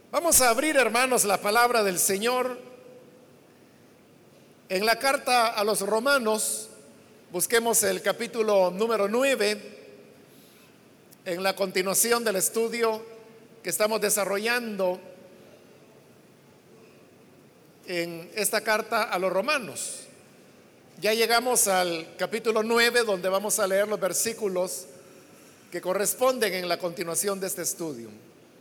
Vamos a abrir, hermanos, la palabra del Señor en la carta a los Romanos. Busquemos el capítulo número 9 en la continuación del estudio que estamos desarrollando en esta carta a los Romanos. Ya llegamos al capítulo 9, donde vamos a leer los versículos que corresponden en la continuación de este estudio.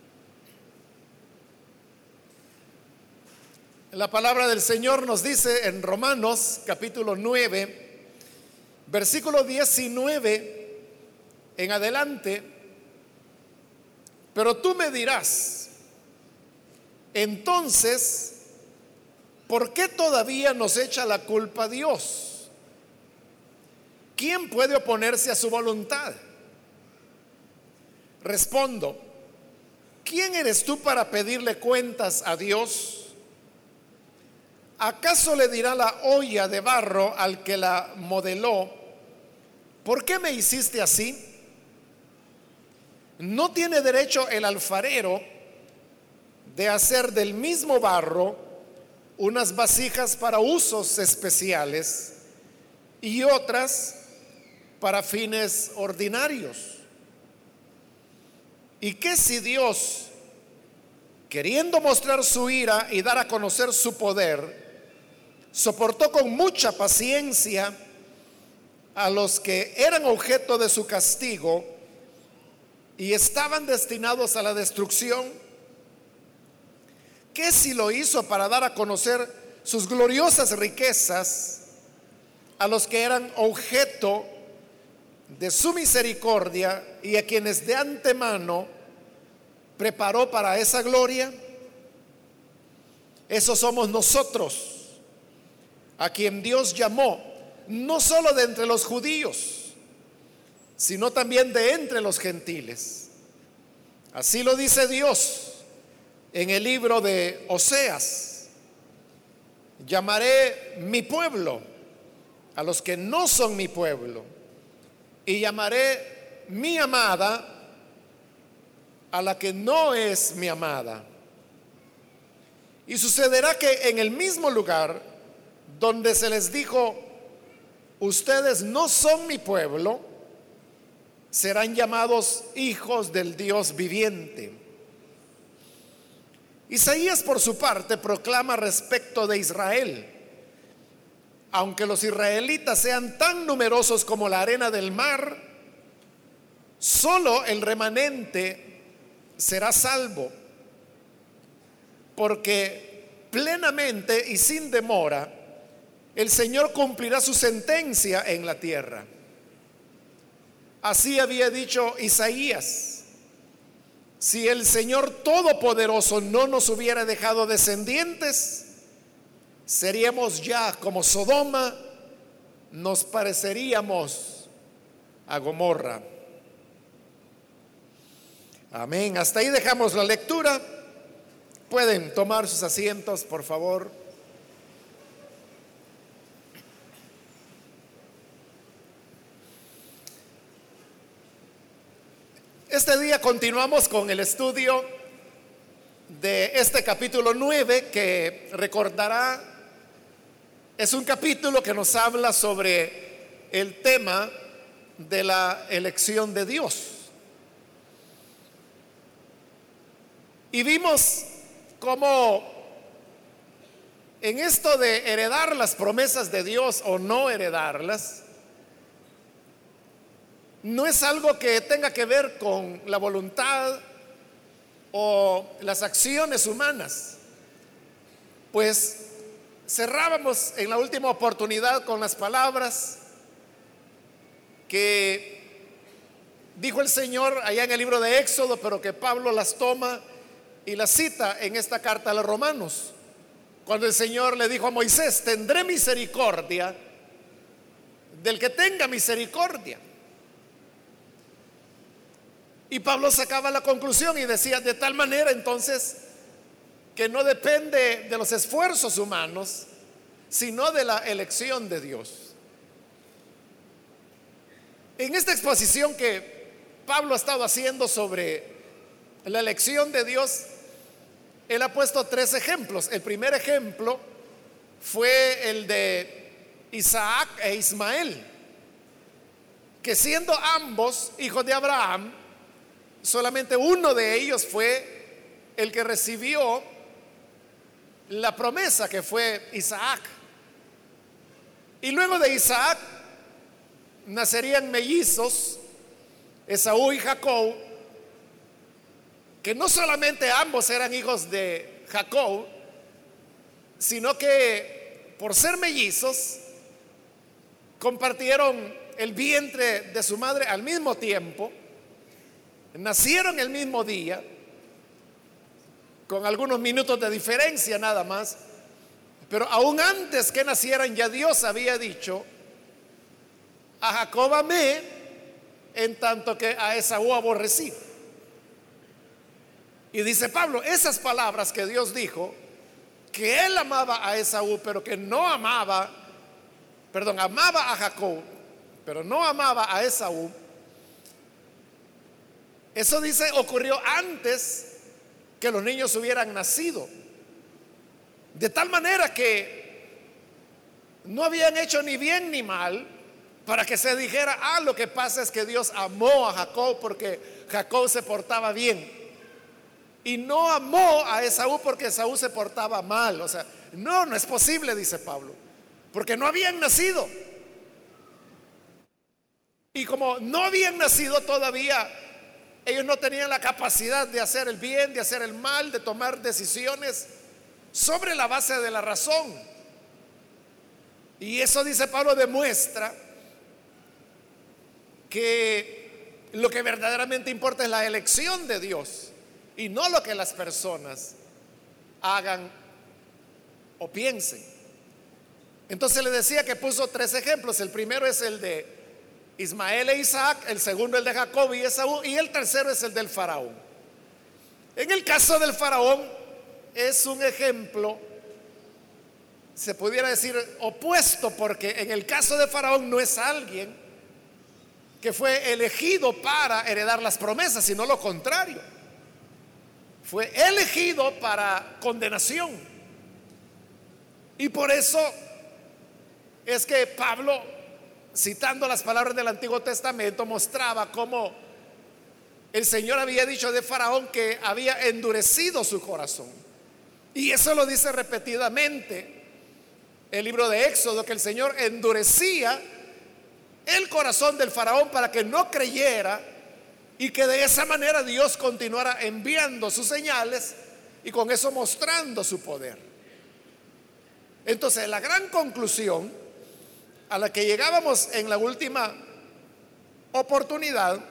La palabra del Señor nos dice en Romanos capítulo 9, versículo 19 en adelante: pero tú me dirás, entonces, ¿por qué todavía nos echa la culpa Dios? ¿Quién puede oponerse a su voluntad? Respondo, ¿quién eres tú para pedirle cuentas a Dios? ¿Acaso le dirá la olla de barro al que la modeló: ¿por qué me hiciste así? ¿No tiene derecho el alfarero de hacer del mismo barro unas vasijas para usos especiales y otras para fines ordinarios? ¿Y qué si Dios, queriendo mostrar su ira y dar a conocer su poder, soportó con mucha paciencia a los que eran objeto de su castigo y estaban destinados a la destrucción? ¿Qué si lo hizo para dar a conocer sus gloriosas riquezas a los que eran objeto de su misericordia y a quienes de antemano preparó para esa gloria? Esos somos nosotros, a quien Dios llamó, no solo de entre los judíos, sino también de entre los gentiles. Así lo dice Dios en el libro de Oseas: llamaré mi pueblo a los que no son mi pueblo, y llamaré mi amada a la que no es mi amada. Y sucederá que en el mismo lugar donde se les dijo: ustedes no son mi pueblo, serán llamados hijos del Dios viviente. Isaías, por su parte, proclama respecto de Israel: aunque los israelitas sean tan numerosos como la arena del mar, solo el remanente será salvo, porque plenamente y sin demora el Señor cumplirá su sentencia en la tierra. Así había dicho Isaías: si el Señor Todopoderoso no nos hubiera dejado descendientes, seríamos ya como Sodoma, nos pareceríamos a Gomorra. Amén. Hasta ahí dejamos la lectura. Pueden tomar sus asientos, por favor. Este día continuamos con el estudio de este capítulo 9, que recordará, es un capítulo que nos habla sobre el tema de la elección de Dios. Y vimos cómo en esto de heredar las promesas de Dios o no heredarlas, no es algo que tenga que ver con la voluntad o las acciones humanas. Pues cerrábamos en la última oportunidad con las palabras que dijo el Señor allá en el libro de Éxodo, pero que Pablo las toma y las cita en esta carta a los Romanos, cuando el Señor le dijo a Moisés: tendré misericordia del que tenga misericordia. Y Pablo sacaba la conclusión y decía: de tal manera entonces que no depende de los esfuerzos humanos, sino de la elección de Dios. En esta exposición que Pablo ha estado haciendo sobre la elección de Dios, él ha puesto tres ejemplos. El primer ejemplo fue el de Isaac e Ismael, que siendo ambos hijos de Abraham, solamente uno de ellos fue el que recibió la promesa, que fue Isaac. Y luego de Isaac nacerían mellizos, Esaú y Jacob, que no solamente ambos eran hijos de Jacob, sino que por ser mellizos compartieron el vientre de su madre al mismo tiempo, nacieron el mismo día, con algunos minutos de diferencia nada más, pero aún antes que nacieran ya Dios había dicho: a Jacob amé, en tanto que a Esaú aborrecí. Y dice Pablo, esas palabras que Dios dijo, que él amaba a Esaú, pero que no amaba, perdón, amaba a Jacob, pero no amaba a Esaú, eso dice ocurrió antes que los niños hubieran nacido. De tal manera que no habían hecho ni bien ni mal para que se dijera: ah, lo que pasa es que Dios amó a Jacob porque Jacob se portaba bien, y no amó a Esaú porque Esaú se portaba mal. O sea, no es posible, dice Pablo, porque no habían nacido. Y como no habían nacido todavía, ellos no tenían la capacidad de hacer el bien, de hacer el mal, de tomar decisiones sobre la base de la razón. Y eso, dice Pablo, demuestra que lo que verdaderamente importa es la elección de Dios y no lo que las personas hagan o piensen. Entonces le decía que puso tres ejemplos. El primero es el de Ismael e Isaac, el segundo el de Jacob y Esaú, y el tercero es el del faraón. En el caso del faraón es un ejemplo, se pudiera decir, opuesto, porque en el caso de faraón no es alguien que fue elegido para heredar las promesas, sino lo contrario, fue elegido para condenación. Y por eso es que Pablo, citando las palabras del Antiguo Testamento, mostraba cómo el Señor había dicho de Faraón que había endurecido su corazón. Y eso lo dice repetidamente el libro de Éxodo, que el Señor endurecía el corazón del Faraón para que no creyera, y que de esa manera Dios continuara enviando sus señales y con eso mostrando su poder. Entonces, la gran conclusión a la que llegábamos en la última oportunidad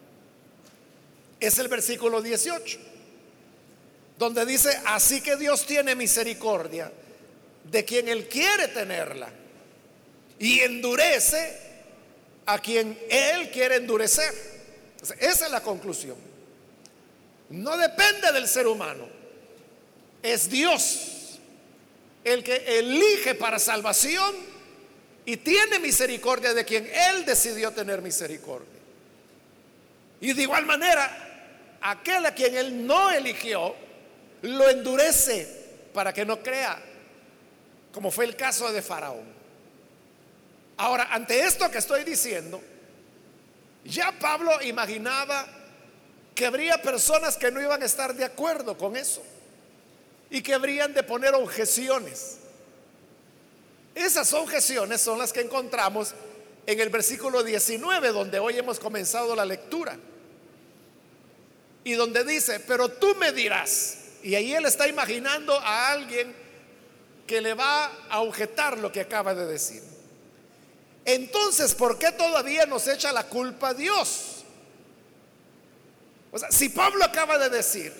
es el versículo 18, donde dice: así que Dios tiene misericordia de quien Él quiere tenerla y endurece a quien Él quiere endurecer. O sea, esa es la conclusión. No depende del ser humano, es Dios el que elige para salvación y tiene misericordia de quien Él decidió tener misericordia. Y de igual manera, aquel a quien Él no eligió, lo endurece para que no crea, como fue el caso de Faraón. Ahora, ante esto que estoy diciendo, ya Pablo imaginaba que habría personas que no iban a estar de acuerdo con eso y que habrían de poner objeciones. Esas objeciones son las que encontramos en el versículo 19, donde hoy hemos comenzado la lectura, y donde dice: pero tú me dirás. Y ahí él está imaginando a alguien que le va a objetar lo que acaba de decir. Entonces, ¿por qué todavía nos echa la culpa a Dios? O sea, si Pablo acaba de decir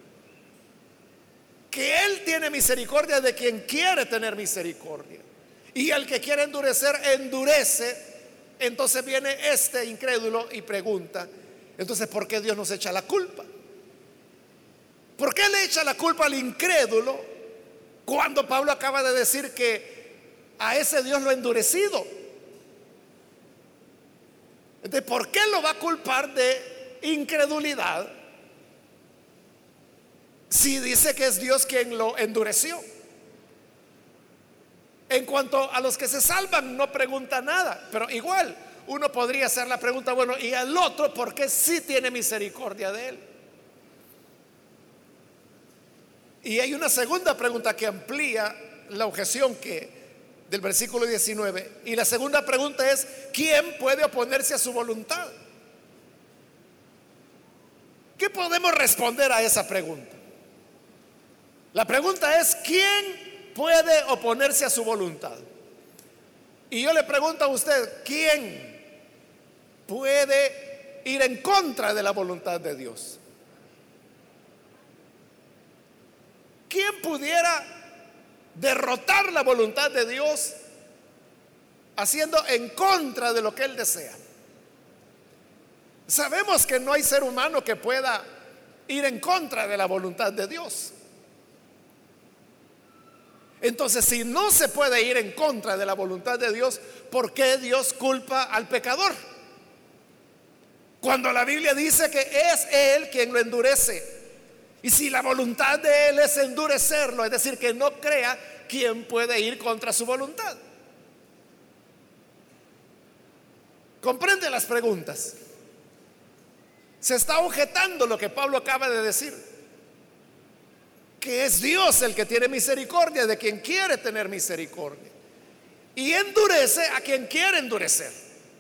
que Él tiene misericordia de quien quiere tener misericordia, y al que quiere endurecer, endurece, entonces viene este incrédulo y pregunta: entonces, ¿por qué Dios nos echa la culpa? ¿Por qué le echa la culpa al incrédulo cuando Pablo acaba de decir que a ese Dios lo ha endurecido? Entonces, ¿por qué lo va a culpar de incredulidad si dice que es Dios quien lo endureció? En cuanto a los que se salvan, no pregunta nada, pero igual uno podría hacer la pregunta, bueno, ¿y al otro por qué sí tiene misericordia de él? Y hay una segunda pregunta que amplía la objeción del versículo 19. Y la segunda pregunta es: ¿quién puede oponerse a su voluntad? ¿Qué podemos responder a esa pregunta? La pregunta es: ¿quién puede oponerse a su voluntad? Y yo le pregunto a usted: ¿quién puede ir en contra de la voluntad de Dios? ¿Quién pudiera derrotar la voluntad de Dios haciendo en contra de lo que Él desea? Sabemos que no hay ser humano que pueda ir en contra de la voluntad de Dios. Entonces, si no se puede ir en contra de la voluntad de Dios, ¿por qué Dios culpa al pecador? Cuando la Biblia dice que es Él quien lo endurece. Y si la voluntad de Él es endurecerlo, es decir, que no crea, ¿quién puede ir contra su voluntad? ¿Comprende las preguntas? Se está objetando lo que Pablo acaba de decir, que es Dios el que tiene misericordia de quien quiere tener misericordia y endurece a quien quiere endurecer.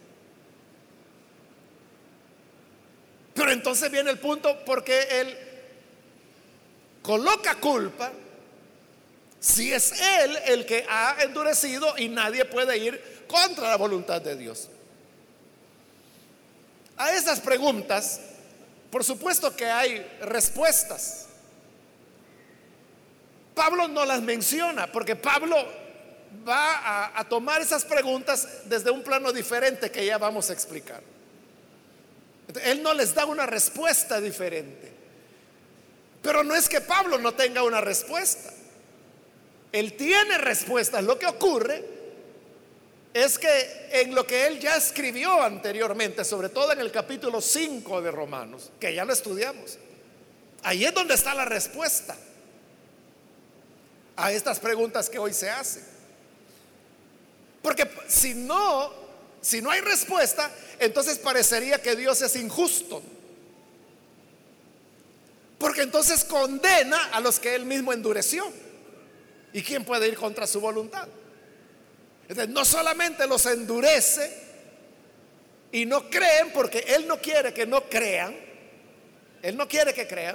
Pero entonces viene el punto: ¿por qué Él coloca culpa si es Él el que ha endurecido y nadie puede ir contra la voluntad de Dios? A esas preguntas, por supuesto que hay respuestas. Pablo no las menciona porque Pablo va a tomar esas preguntas desde un plano diferente que ya vamos a explicar. Él no les da una respuesta diferente. Pero no es que Pablo no tenga una respuesta. Él tiene respuestas. Lo que ocurre es que en lo que él ya escribió anteriormente, sobre todo en el capítulo 5 de Romanos, que ya lo estudiamos, ahí es donde está la respuesta a estas preguntas que hoy se hacen. Porque si no hay respuesta, entonces parecería que Dios es injusto, porque entonces condena a los que Él mismo endureció. ¿Y quién puede ir contra su voluntad? Entonces, no solamente los endurece y no creen, porque Él no quiere que no crean, Él no quiere que crean,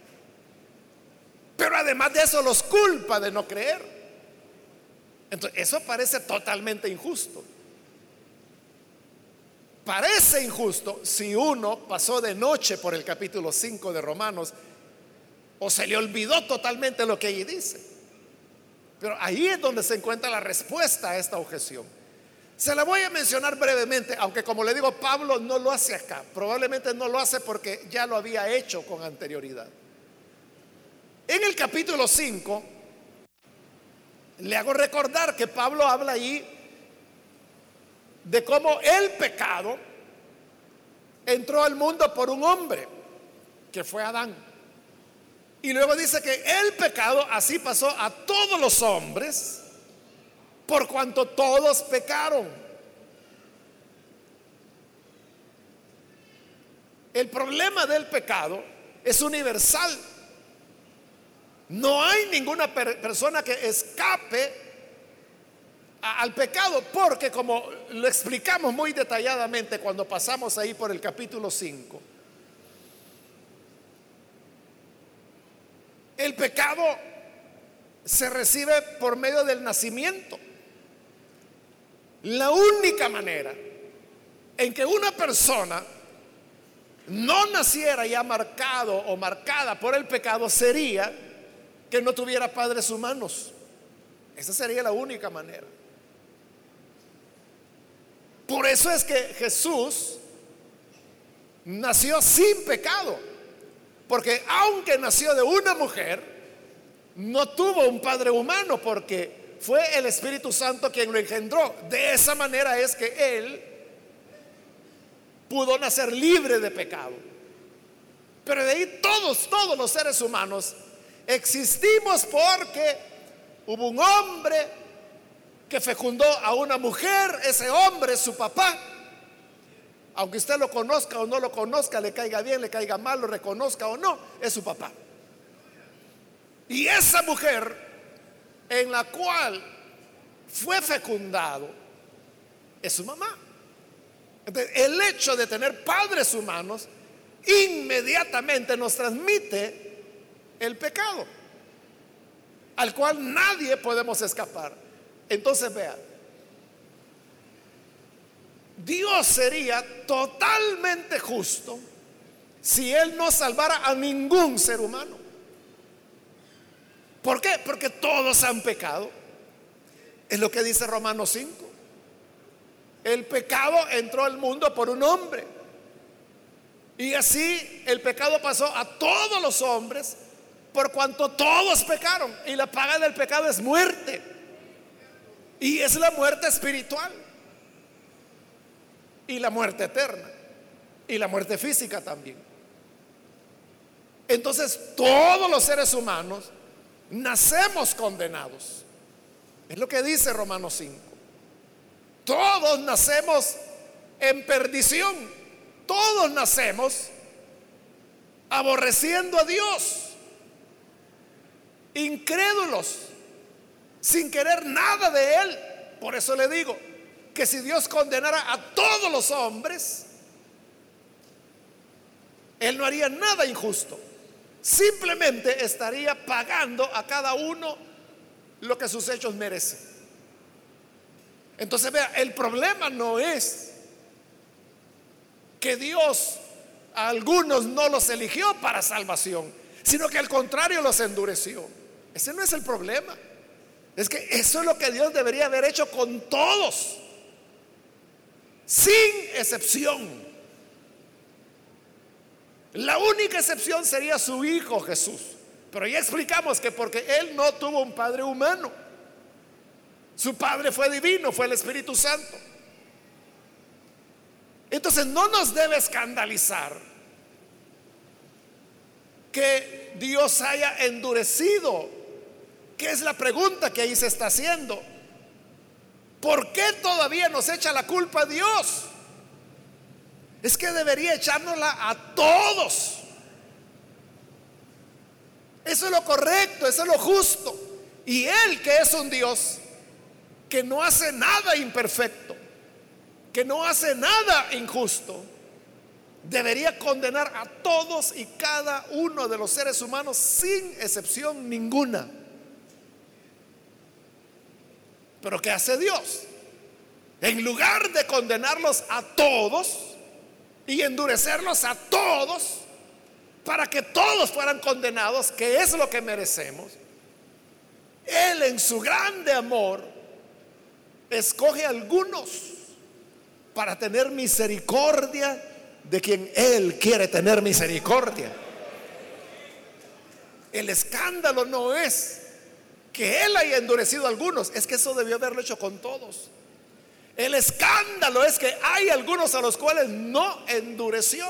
pero además de eso los culpa de no creer. Entonces, eso parece totalmente injusto. Parece injusto si uno pasó de noche por el capítulo 5 de Romanos o se le olvidó totalmente lo que allí dice. Pero ahí es donde se encuentra la respuesta a esta objeción. Se la voy a mencionar brevemente, aunque como le digo, Pablo no lo hace acá. Probablemente no lo hace porque ya lo había hecho con anterioridad. En el capítulo 5 le hago recordar que Pablo habla ahí de cómo el pecado entró al mundo por un hombre, que fue Adán. Y luego dice que el pecado así pasó a todos los hombres, por cuanto todos pecaron. El problema del pecado es universal. No hay ninguna persona que escape al pecado, porque como lo explicamos muy detalladamente cuando pasamos ahí por el capítulo 5, el pecado se recibe por medio del nacimiento. La única manera en que una persona no naciera ya marcado o marcada por el pecado sería que no tuviera padres humanos. Esa sería la única manera. Por eso es que Jesús nació sin pecado, porque aunque nació de una mujer, no tuvo un padre humano, porque fue el Espíritu Santo quien lo engendró. De esa manera es que Él pudo nacer libre de pecado. Pero de ahí todos los seres humanos Existimos porque hubo un hombre que fecundó a una mujer. Ese hombre es su papá. Aunque usted lo conozca o no lo conozca, le caiga bien, le caiga mal, lo reconozca o no, es su papá. Y esa mujer en la cual fue fecundado es su mamá. Entonces, el hecho de tener padres humanos inmediatamente nos transmite el pecado, al cual nadie podemos escapar. Entonces, vea, Dios sería totalmente justo si Él no salvara a ningún ser humano. ¿Por qué? Porque todos han pecado. Es lo que dice Romanos 5. El pecado entró al mundo por un hombre, y así el pecado pasó a todos los hombres, por cuanto todos pecaron, y la paga del pecado es muerte, y es la muerte espiritual, y la muerte eterna, y la muerte física también. Entonces todos los seres humanos nacemos condenados. Es lo que dice Romanos 5. Todos nacemos en perdición. Todos nacemos aborreciendo a Dios, incrédulos, sin querer nada de Él. Por eso le digo que si Dios condenara a todos los hombres, Él no haría nada injusto. Simplemente estaría pagando a cada uno lo que sus hechos merecen. Entonces, vea, el problema no es que Dios a algunos no los eligió para salvación, sino que al contrario los endureció. Ese no es el problema. Es que eso es lo que Dios debería haber hecho con todos, sin excepción. La única excepción sería su Hijo Jesús. Pero ya explicamos que porque Él no tuvo un padre humano, su padre fue divino, fue el Espíritu Santo. Entonces no nos debe escandalizar que Dios haya endurecido, que es la pregunta que ahí se está haciendo. ¿Por qué todavía nos echa la culpa a Dios? Es que debería echárnosla a todos. Eso es lo correcto, eso es lo justo. Y Él, que es un Dios que no hace nada imperfecto, que no hace nada injusto, debería condenar a todos y cada uno de los seres humanos sin excepción ninguna. Pero ¿qué hace Dios? En lugar de condenarlos a todos y endurecerlos a todos para que todos fueran condenados, que es lo que merecemos, Él en su grande amor escoge a algunos para tener misericordia de quien Él quiere tener misericordia. El escándalo no es que Él haya endurecido a algunos, es que eso debió haberlo hecho con todos. El escándalo es que hay algunos a los cuales no endureció,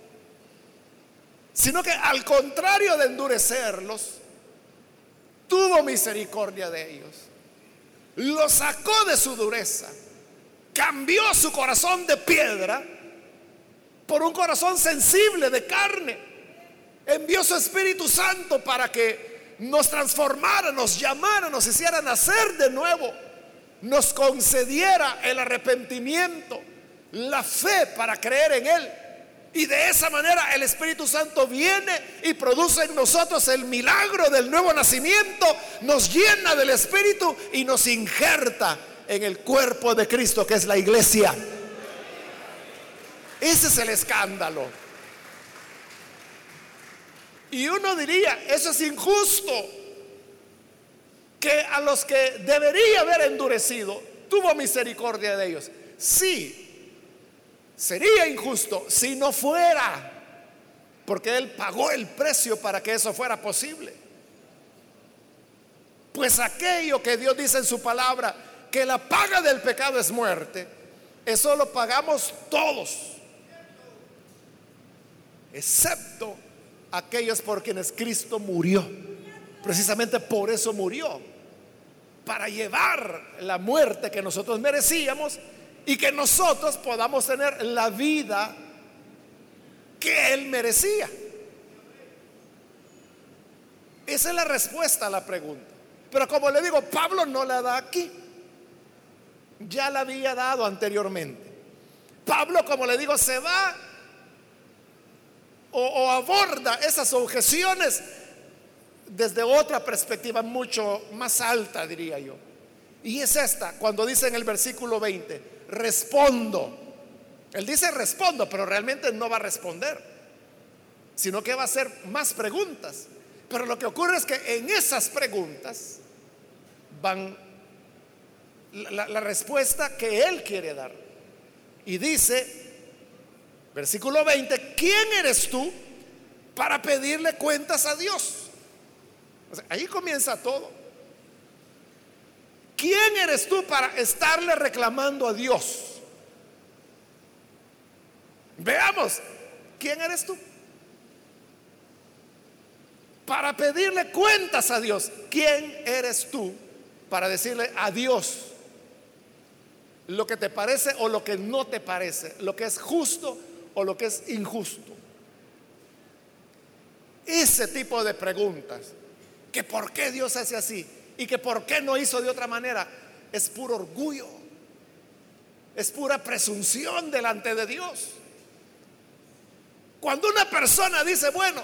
sino que al contrario de endurecerlos, tuvo misericordia de ellos, los sacó de su dureza, cambió su corazón de piedra por un corazón sensible de carne, envió su Espíritu Santo para que nos transformara, nos llamara, nos hiciera nacer de nuevo, nos concediera el arrepentimiento, la fe para creer en Él. Y de esa manera el Espíritu Santo viene y produce en nosotros el milagro del nuevo nacimiento, nos llena del Espíritu y nos injerta en el cuerpo de Cristo, que es la iglesia. Ese es el escándalo. Y uno diría, eso es injusto, que a los que debería haber endurecido, tuvo misericordia de ellos. Sí, sería injusto si no fuera, porque Él pagó el precio para que eso fuera posible. Pues aquello que Dios dice en su palabra, que la paga del pecado es muerte, eso lo pagamos todos, excepto aquellos por quienes Cristo murió. Precisamente por eso murió, para llevar la muerte que nosotros merecíamos y que nosotros podamos tener la vida que Él merecía. Esa es la respuesta a la pregunta. Pero como le digo, Pablo no la da aquí, ya la había dado anteriormente. Pablo, como le digo, se va o aborda esas objeciones desde otra perspectiva mucho más alta, diría yo. Y es esta, cuando dice en el versículo 20, respondo. Él dice respondo, pero realmente no va a responder, sino que va a hacer más preguntas. Pero lo que ocurre es que en esas preguntas van la respuesta que él quiere dar. Y dice, versículo 20, ¿quién eres tú para pedirle cuentas a Dios? O sea, ahí comienza todo. ¿Quién eres tú para estarle reclamando a Dios? Veamos, ¿quién eres tú para pedirle cuentas a Dios? ¿Quién eres tú para decirle a Dios lo que te parece o lo que no te parece, lo que es justo o lo que es injusto? Ese tipo de preguntas, que por qué Dios hace así y que por qué no hizo de otra manera, es puro orgullo, es pura presunción delante de Dios. Cuando una persona dice, bueno,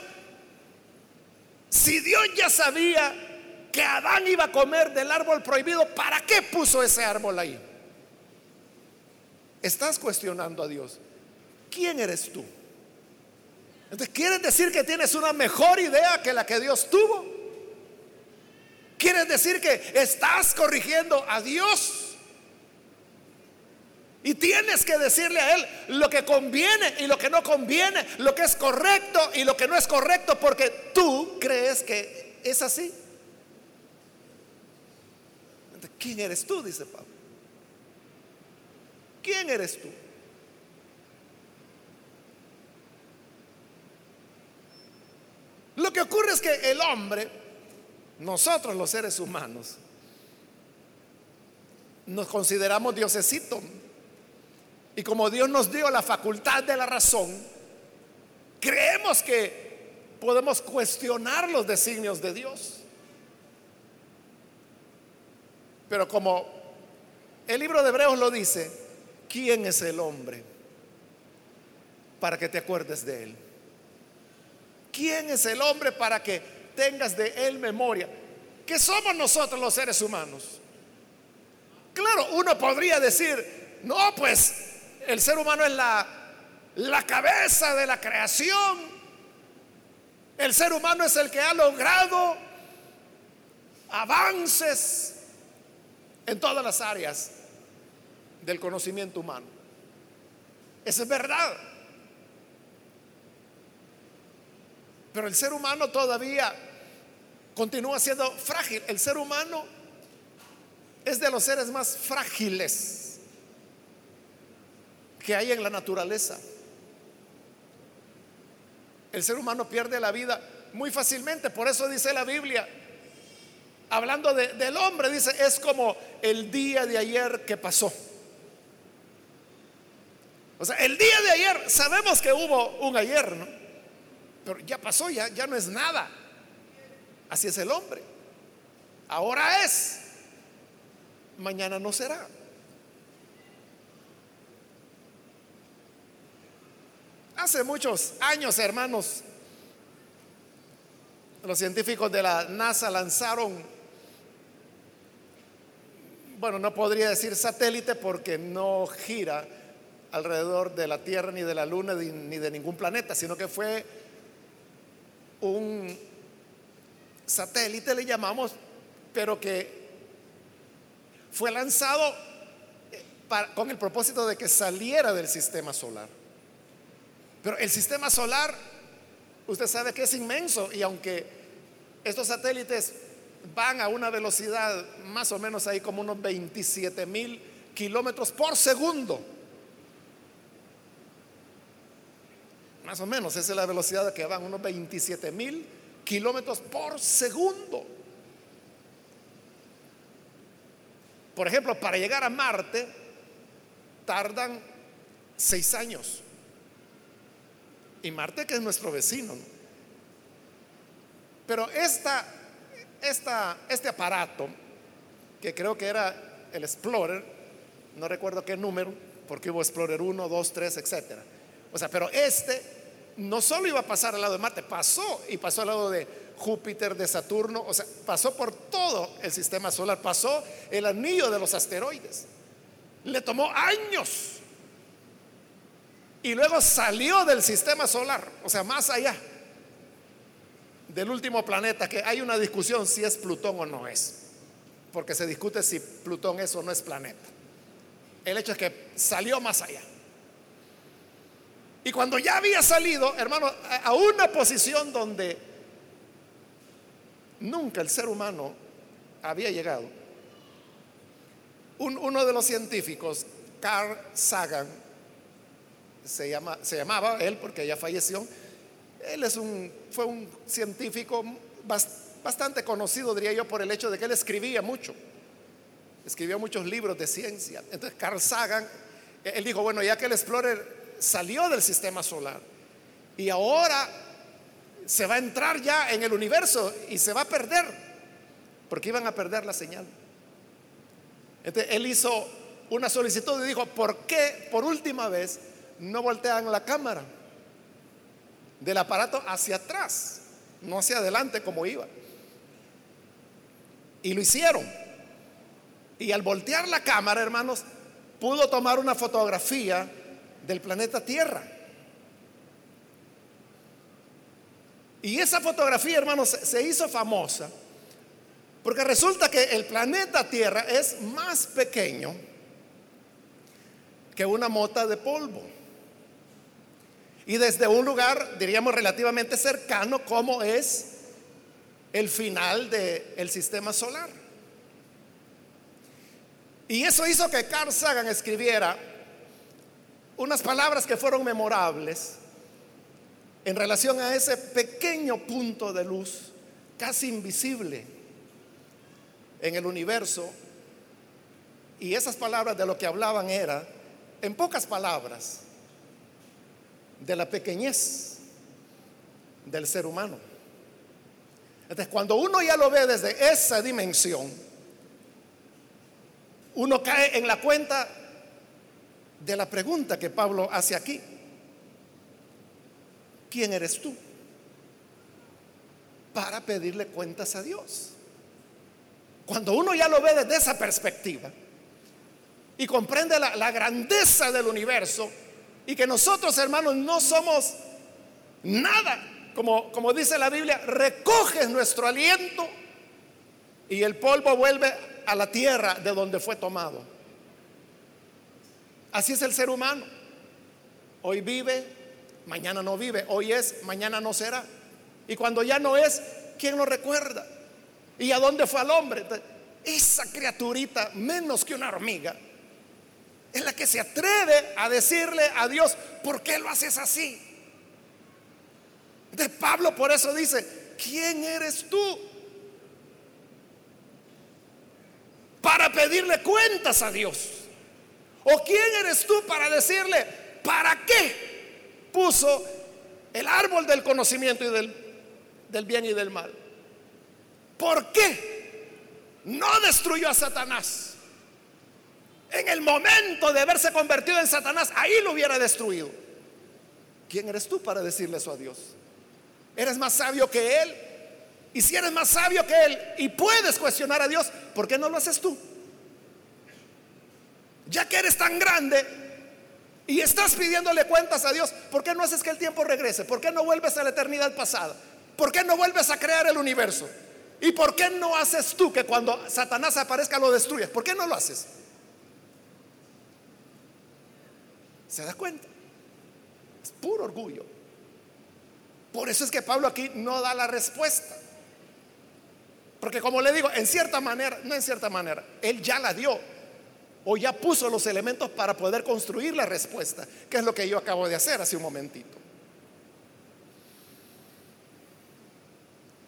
si Dios ya sabía que Adán iba a comer del árbol prohibido, ¿para qué puso ese árbol ahí? Estás cuestionando a Dios. ¿Quién eres tú? Entonces, ¿quieres decir que tienes una mejor idea que la que Dios tuvo? ¿Quieres decir que estás corrigiendo a Dios? Y tienes que decirle a Él lo que conviene y lo que no conviene, lo que es correcto y lo que no es correcto, porque tú crees que es así. Entonces, ¿quién eres tú? Dice Pablo. ¿Quién eres tú? Lo que ocurre es que el hombre, nosotros los seres humanos, nos consideramos diosesitos. Y como Dios nos dio la facultad de la razón, creemos que podemos cuestionar los designios de Dios. Pero como el libro de Hebreos lo dice, ¿quién es el hombre para que te acuerdes de él? ¿Quién es el hombre para que tengas de él memoria? ¿Qué somos nosotros los seres humanos? Claro, uno podría decir, no, pues el ser humano es la cabeza de la creación. El ser humano es el que ha logrado avances en todas las áreas del conocimiento humano. Eso es verdad. Pero el ser humano todavía continúa siendo frágil. El ser humano es de los seres más frágiles que hay en la naturaleza. El ser humano pierde la vida muy fácilmente. Por eso dice la Biblia, hablando del hombre, dice, es como el día de ayer que pasó. O sea, el día de ayer, sabemos que hubo un ayer, ¿no? Pero ya pasó, ya no es nada. Así es el hombre. Ahora es, mañana no será. Hace muchos años, hermanos, los científicos de la NASA lanzaron, bueno, no podría decir satélite porque no gira alrededor de la Tierra ni de la Luna ni de ningún planeta, sino que fue un satélite, le llamamos, pero que fue lanzado con el propósito de que saliera del sistema solar. Pero el sistema solar, usted sabe que es inmenso, y aunque estos satélites van a una velocidad más o menos ahí como unos 27,000 kilómetros por segundo, más o menos esa es la velocidad a que van, unos 27,000 kilómetros por segundo. Por ejemplo, para llegar a Marte tardan 6 años. Y Marte, que es nuestro vecino, ¿no? Pero este aparato, que creo que era el Explorer, no recuerdo qué número, porque hubo Explorer 1, 2, 3, etcétera. O sea, pero no solo iba a pasar al lado de Marte, pasó al lado de Júpiter, de Saturno, o sea, pasó por todo el sistema solar, pasó el anillo de los asteroides. Le tomó años. Y luego salió del sistema solar, o sea, más allá del último planeta, que hay una discusión si es Plutón o no es, porque se discute si Plutón es o no es planeta. El hecho es que salió más allá. Y cuando ya había salido, hermano, a una posición donde nunca el ser humano había llegado, uno de los científicos, Carl Sagan, se llamaba él porque ya falleció. Él fue un científico bastante conocido, diría yo, por el hecho de que él escribía mucho. Escribió muchos libros de ciencia. Entonces Carl Sagan, él dijo, bueno, ya que el Explorer salió del sistema solar y ahora se va a entrar ya en el universo y se va a perder, porque iban a perder la señal. Entonces él hizo una solicitud y dijo, ¿por qué por última vez no voltean la cámara del aparato hacia atrás, no hacia adelante como iba? Y lo hicieron. Y al voltear la cámara, hermanos, pudo tomar una fotografía del planeta Tierra. Y esa fotografía, hermanos, se hizo famosa porque resulta que el planeta Tierra es más pequeño que una mota de polvo. Y desde un lugar, diríamos, relativamente cercano, como es el final del sistema solar. Y eso hizo que Carl Sagan escribiera unas palabras que fueron memorables en relación a ese pequeño punto de luz, casi invisible en el universo. Y esas palabras de lo que hablaban era, en pocas palabras, de la pequeñez del ser humano. Entonces, cuando uno ya lo ve desde esa dimensión, uno cae en la cuenta de la pregunta que Pablo hace aquí: ¿quién eres tú para pedirle cuentas a Dios? Cuando uno ya lo ve desde esa perspectiva y comprende la grandeza del universo, y que nosotros, hermanos, no somos nada, como dice la Biblia, recoges nuestro aliento y el polvo vuelve a la tierra de donde fue tomado. Así es el ser humano. Hoy vive, mañana no vive. Hoy es, mañana no será. Y cuando ya no es, ¿quién lo recuerda? ¿Y a dónde fue al hombre? Esa criaturita, menos que una hormiga, es la que se atreve a decirle a Dios, ¿por qué lo haces así? De Pablo por eso dice, ¿quién eres tú para pedirle cuentas a Dios? ¿O quién eres tú para decirle, ¿para qué puso el árbol del conocimiento y del bien y del mal? ¿Por qué no destruyó a Satanás? En el momento de haberse convertido en Satanás, ahí lo hubiera destruido. ¿Quién eres tú para decirle eso a Dios? ¿Eres más sabio que Él? Y si eres más sabio que Él y puedes cuestionar a Dios, ¿por qué no lo haces tú? Ya que eres tan grande y estás pidiéndole cuentas a Dios, ¿por qué no haces que el tiempo regrese? ¿Por qué no vuelves a la eternidad pasada? ¿Por qué no vuelves a crear el universo? ¿Y por qué no haces tú que cuando Satanás aparezca lo destruyas? ¿Por qué no lo haces? ¿Se da cuenta? Es puro orgullo. Por eso es que Pablo aquí no da la respuesta. Porque como le digo, en cierta manera, no en cierta manera, él ya la dio, o ya puso los elementos para poder construir la respuesta, que es lo que yo acabo de hacer hace un momentito.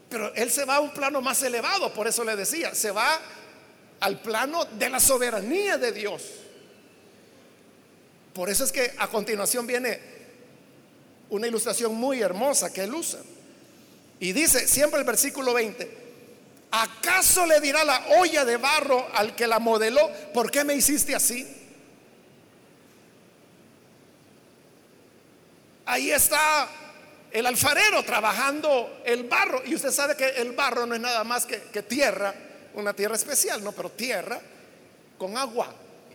Pero él se va a un plano más elevado, por eso le decía, se va al plano de la soberanía de Dios. Por eso es que a continuación viene una ilustración muy hermosa que él usa. Y dice siempre el versículo 20: ¿acaso le dirá la olla de barro al que la modeló, ¿por qué me hiciste así? Ahí está el alfarero trabajando el barro. Y usted sabe que el barro no es nada más que tierra, una tierra especial, no, pero tierra con agua.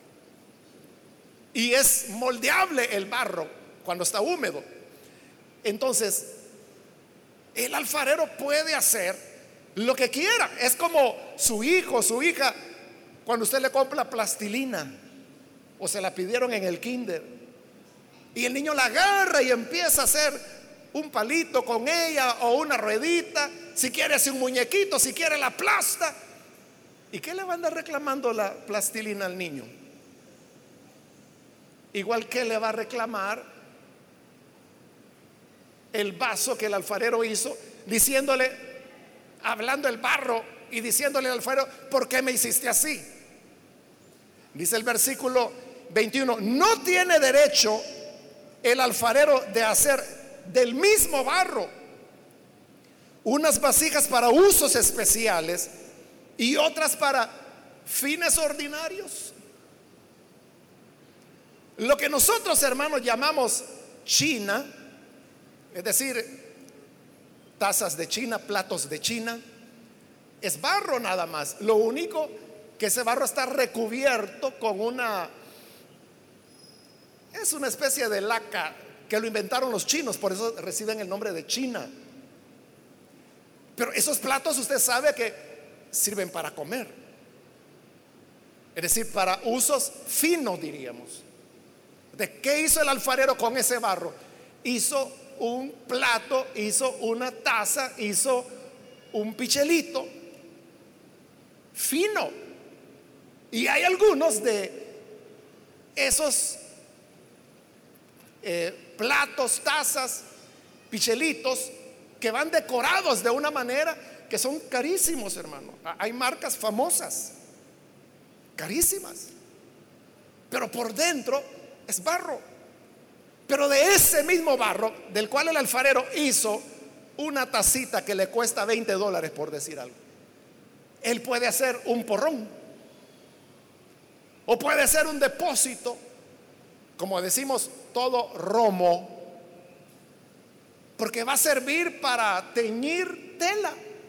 Y es moldeable el barro cuando está húmedo. Entonces, el alfarero puede hacer lo que quiera. Es como su hijo, su hija, cuando usted le compra plastilina o se la pidieron en el kinder, y el niño la agarra y empieza a hacer un palito con ella o una ruedita. Si quiere hace un muñequito, si quiere la aplasta. ¿Y qué le va a andar reclamando la plastilina al niño? Igual que le va a reclamar el vaso que el alfarero hizo, diciéndole, hablando el barro y diciéndole al alfarero, ¿por qué me hiciste así? Dice el versículo 21: no tiene derecho el alfarero de hacer del mismo barro unas vasijas para usos especiales y otras para fines ordinarios. Lo que nosotros, hermanos, llamamos China, es decir, tazas de China, platos de China, es barro nada más. Lo único que ese barro está recubierto con es una especie de laca que lo inventaron los chinos, por eso reciben el nombre de China. Pero esos platos usted sabe que sirven para comer, es decir, para usos finos, diríamos. ¿De qué hizo el alfarero con ese barro? Hizo un plato, hizo una taza, hizo un pichelito fino. Y hay algunos de esos platos, tazas, pichelitos que van decorados de una manera que son carísimos, hermano. Hay marcas famosas, carísimas, pero por dentro es barro. Pero de ese mismo barro del cual el alfarero hizo una tacita que le cuesta $20, por decir algo, él puede hacer un porrón, o puede hacer un depósito, como decimos, todo romo, porque va a servir para teñir tela,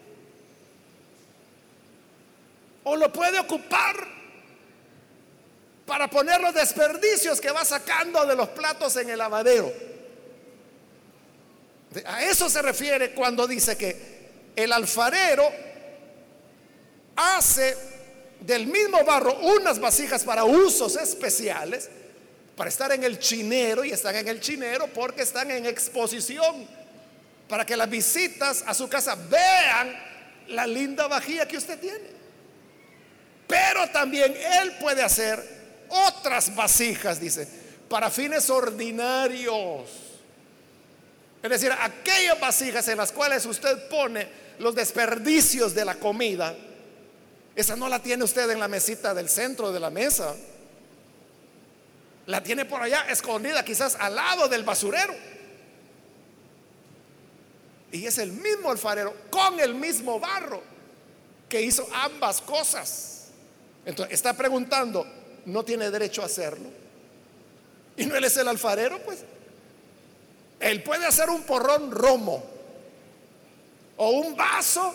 o lo puede ocupar para poner los desperdicios que va sacando de los platos en el lavadero. A eso se refiere cuando dice que el alfarero hace del mismo barro unas vasijas para usos especiales, para estar en el chinero, y están en el chinero porque están en exposición, para que las visitas a su casa vean la linda vajilla que usted tiene. Pero también él puede hacer otras vasijas, dice, para fines ordinarios. Es decir, aquellas vasijas en las cuales usted pone los desperdicios de la comida, esa no la tiene usted en la mesita del centro de la mesa, la tiene por allá escondida, quizás al lado del basurero. Y es el mismo alfarero con el mismo barro que hizo ambas cosas. Entonces está preguntando, ¿no tiene derecho a hacerlo? Y no él es el alfarero, pues él puede hacer un porrón romo o un vaso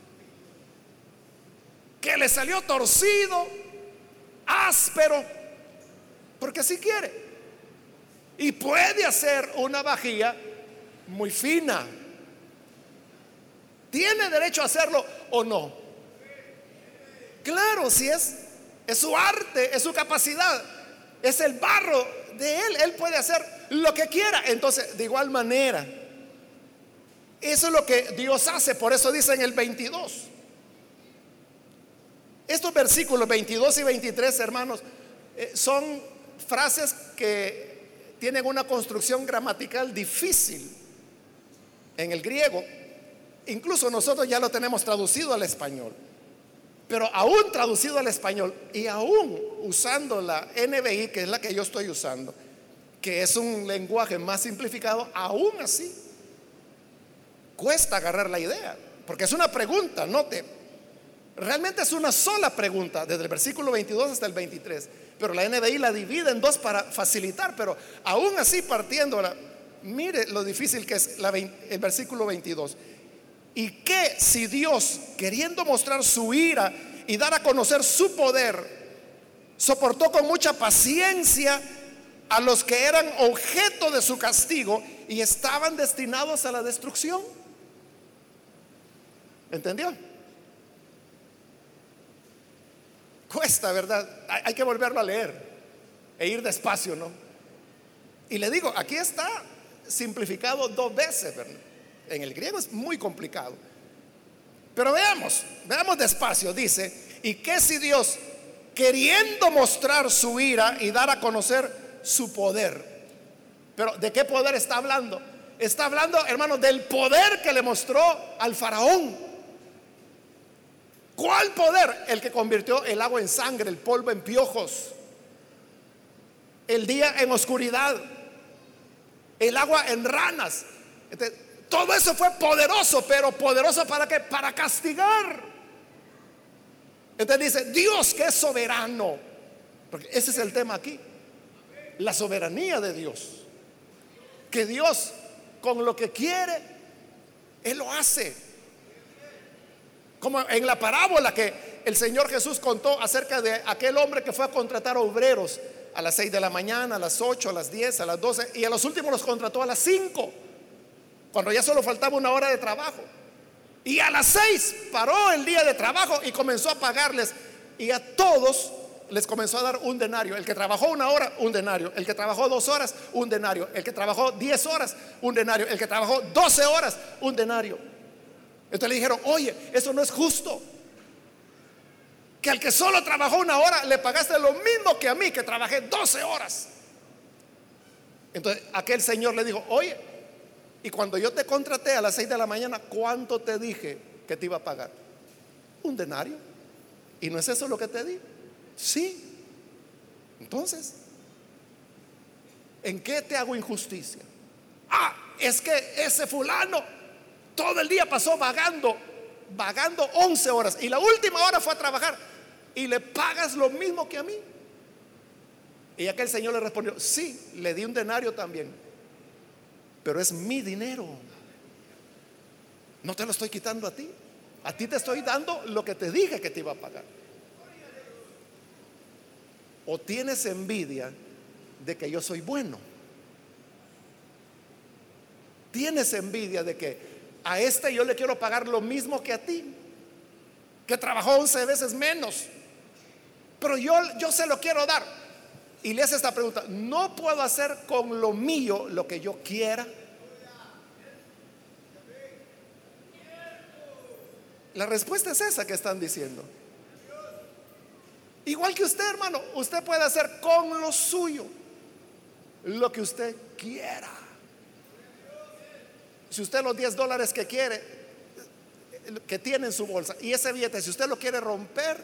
que le salió torcido, áspero, porque así quiere. Y puede hacer una vajilla muy fina. ¿Tiene derecho a hacerlo o no? Claro, si es su arte, es su capacidad, es el barro de él, él puede hacer lo que quiera. Entonces, de igual manera, eso es lo que Dios hace. Por eso dice en el 22, estos versículos 22 y 23, hermanos, son frases que tienen una construcción gramatical difícil en el griego. incluso nosotros ya lo tenemos traducido al español, pero aún traducido al español y aún usando la NBI, que es la que yo estoy usando, que es un lenguaje más simplificado, aún así cuesta agarrar la idea, porque es una pregunta, note, realmente es una sola pregunta, desde el versículo 22 hasta el 23, pero la NBI la divide en dos para facilitar, pero aún así partiéndola, mire lo difícil que es el versículo 22. Y que si Dios, queriendo mostrar su ira y dar a conocer su poder, soportó con mucha paciencia a los que eran objeto de su castigo y estaban destinados a la destrucción. ¿Entendió? Cuesta, ¿verdad? Hay que volverlo a leer e ir despacio, ¿no? Y le digo, aquí está simplificado 2 veces, ¿verdad? En el griego es muy complicado. Pero veamos despacio. Dice, y que si Dios, queriendo mostrar su ira y dar a conocer su poder. Pero ¿de qué poder está hablando? Está hablando, hermanos, del poder que le mostró al faraón. ¿Cuál poder? El que convirtió el agua en sangre, el polvo en piojos, el día en oscuridad, el agua en ranas. Entonces, todo eso fue poderoso, pero poderoso ¿para qué? Para castigar. Entonces dice, Dios que es soberano, porque ese es el tema aquí, la soberanía de Dios, que Dios con lo que quiere, Él lo hace. Como en la parábola que el Señor Jesús contó acerca de aquel hombre que fue a contratar obreros a las 6 de la mañana, a las 8, a las 10, a las 12, y a los últimos los contrató a las 5, cuando ya solo faltaba una hora de trabajo. Y a las 6 paró el día de trabajo y comenzó a pagarles, y a todos les comenzó a dar un denario. El que trabajó 1 hora, un denario. El que trabajó 2 horas, un denario. El que trabajó 10 horas, un denario. El que trabajó 12 horas, un denario. Entonces le dijeron, oye, eso no es justo, que al que solo trabajó 1 hora le pagaste lo mismo que a mí, que trabajé 12 horas. Entonces aquel señor le dijo, oye, y cuando yo te contraté a las 6 de la mañana, ¿cuánto te dije que te iba a pagar? Un denario. ¿Y no es eso lo que te di? Sí. Entonces, ¿en qué te hago injusticia? Es que ese fulano todo el día pasó vagando 11 horas y la última hora fue a trabajar y le pagas lo mismo que a mí. Y aquel señor le respondió, sí, le di un denario también, pero es mi dinero, no te lo estoy quitando a ti te estoy dando lo que te dije que te iba a pagar. ¿O tienes envidia de que yo soy bueno? ¿Tienes envidia de que a este yo le quiero pagar lo mismo que a ti, que trabajó 11 veces menos, pero yo se lo quiero dar? Y le hace esta pregunta, ¿no puedo hacer con lo mío lo que yo quiera? La respuesta es esa que están diciendo. Igual que usted, hermano, usted puede hacer con lo suyo lo que usted quiera. Si usted los $10 que quiere, que tiene en su bolsa, y ese billete, si usted lo quiere romper,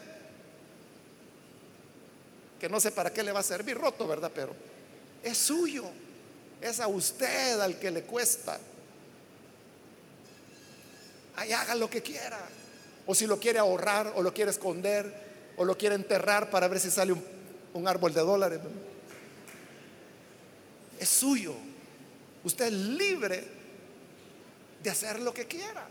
que no sé para qué le va a servir roto, ¿verdad? Pero es suyo, es a usted al que le cuesta. Ahí haga lo que quiera. O si lo quiere ahorrar, o lo quiere esconder, o lo quiere enterrar para ver si sale un árbol de dólares, ¿no? Es suyo. Usted es libre de hacer lo que quiera.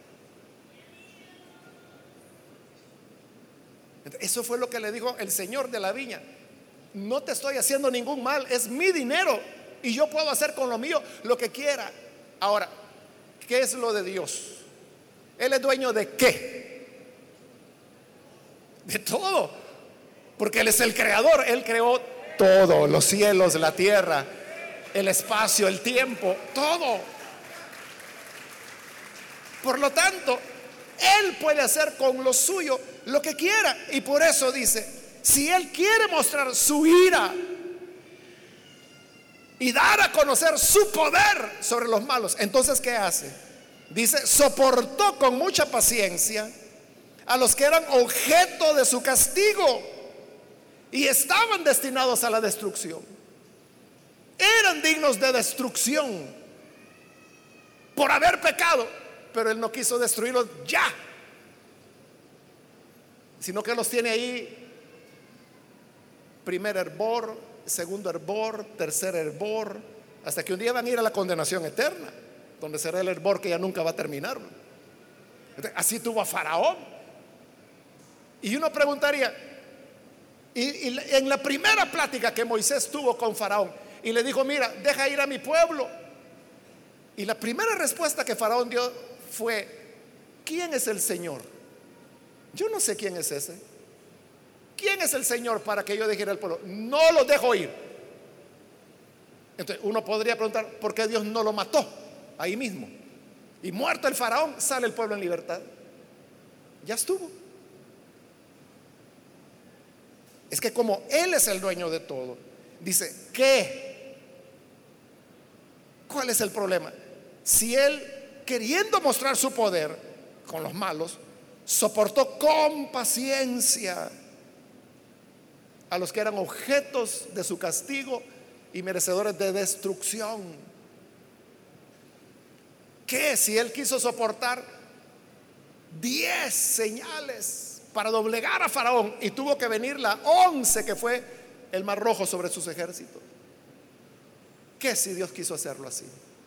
Eso fue lo que le dijo el señor de la viña. No te estoy haciendo ningún mal, es mi dinero y yo puedo hacer con lo mío lo que quiera. Ahora, ¿qué es lo de Dios? Él es dueño de ¿qué? De todo, porque Él es el creador. Él creó todo, los cielos, la tierra, el espacio, el tiempo, todo. Por lo tanto, Él puede hacer con lo suyo lo que quiera. Y por eso dice, si Él quiere mostrar su ira y dar a conocer su poder sobre los malos, entonces ¿qué hace? Dice, soportó con mucha paciencia a los que eran objeto de su castigo y estaban destinados a la destrucción. Eran dignos de destrucción por haber pecado, pero Él no quiso destruirlos ya, sino que los tiene ahí: primer hervor, segundo hervor, tercer hervor, hasta que un día van a ir a la condenación eterna, donde será el hervor que ya nunca va a terminar. Así tuvo a Faraón. Y uno preguntaría, y en la primera plática que Moisés tuvo con Faraón, y le dijo: mira, deja ir a mi pueblo. Y la primera respuesta que Faraón dio fue: ¿quién es el Señor? Yo no sé quién es ese. ¿Quién es el Señor para que yo deje ir al pueblo? No lo dejo ir. Entonces uno podría preguntar, ¿por qué Dios no lo mató ahí mismo? Y muerto el Faraón, sale el pueblo en libertad. Ya estuvo. Es que como Él es el dueño de todo, dice, ¿qué? ¿Cuál es el problema? Si Él, queriendo mostrar su poder con los malos, soportó con paciencia a los que eran objetos de su castigo y merecedores de destrucción, ¿qué si Él quiso soportar 10 señales para doblegar a Faraón y tuvo que venir la 11, que fue el Mar Rojo sobre sus ejércitos? ¿Qué si Dios quiso hacerlo así?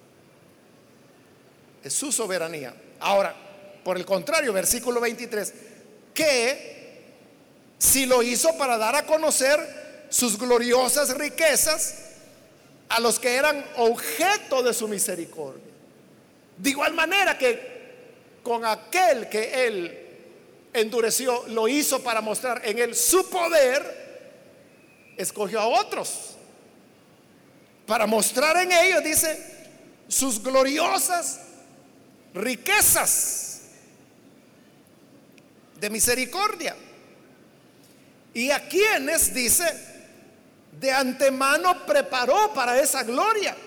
Es su soberanía. Ahora, por el contrario, versículo 23, que si lo hizo para dar a conocer sus gloriosas riquezas a los que eran objeto de su misericordia. De igual manera que con aquel que Él endureció, lo hizo para mostrar en Él su poder, escogió a otros para mostrar en ellos, dice, sus gloriosas riquezas de misericordia. Y a quienes, dice, de antemano preparó para esa gloria.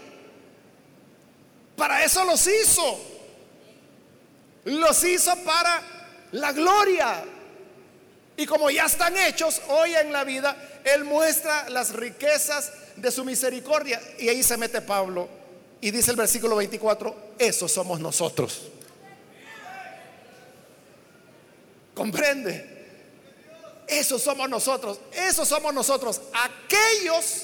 Para eso los hizo. Los hizo para la gloria. Y como ya están hechos hoy en la vida, Él muestra las riquezas de su misericordia. Y ahí se mete Pablo y dice el versículo 24, esos somos nosotros. ¿Comprende? Esos somos nosotros. Esos somos nosotros, aquellos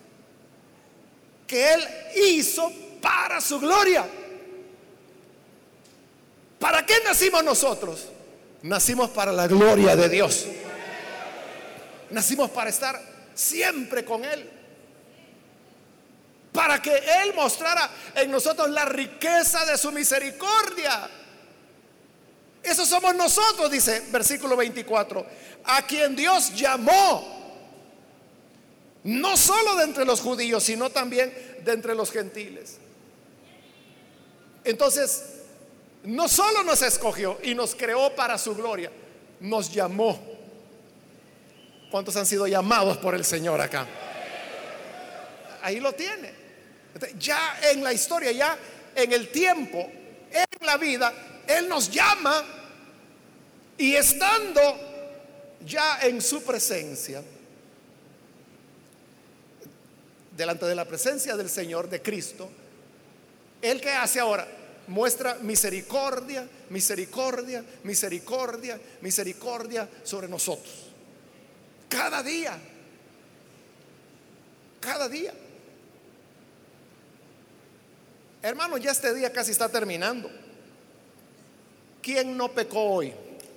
que Él hizo para su gloria. ¿Para qué nacimos nosotros? Nacimos para la gloria de Dios. Nacimos para estar siempre con Él, para que Él mostrara en nosotros la riqueza de su misericordia. Eso somos nosotros, dice versículo 24, a quien Dios llamó, no solo de entre los judíos, sino también de entre los gentiles. Entonces, no solo nos escogió y nos creó para su gloria, nos llamó. ¿Cuántos han sido llamados por el Señor acá? Ahí lo tiene. Ya en la historia, ya en el tiempo, en la vida, Él nos llama, y estando ya en su presencia, delante de la presencia del Señor, de Cristo, Él, ¿qué hace ahora? Muestra misericordia, misericordia, misericordia, misericordia sobre nosotros. Cada día. Cada día. Hermanos, ya este día casi está terminando. ¿Quién no pecó hoy?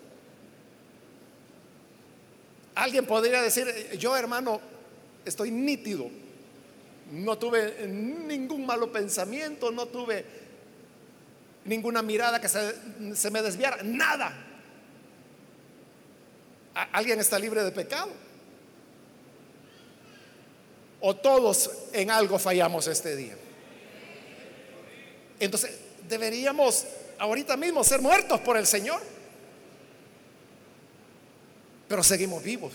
Alguien podría decir, yo, hermano, estoy nítido. No tuve ningún malo pensamiento, no tuve ninguna mirada que se me desviara, nada. ¿Alguien está libre de pecado? ¿O todos en algo fallamos este día? Entonces deberíamos ahorita mismo ser muertos por el Señor, pero seguimos vivos.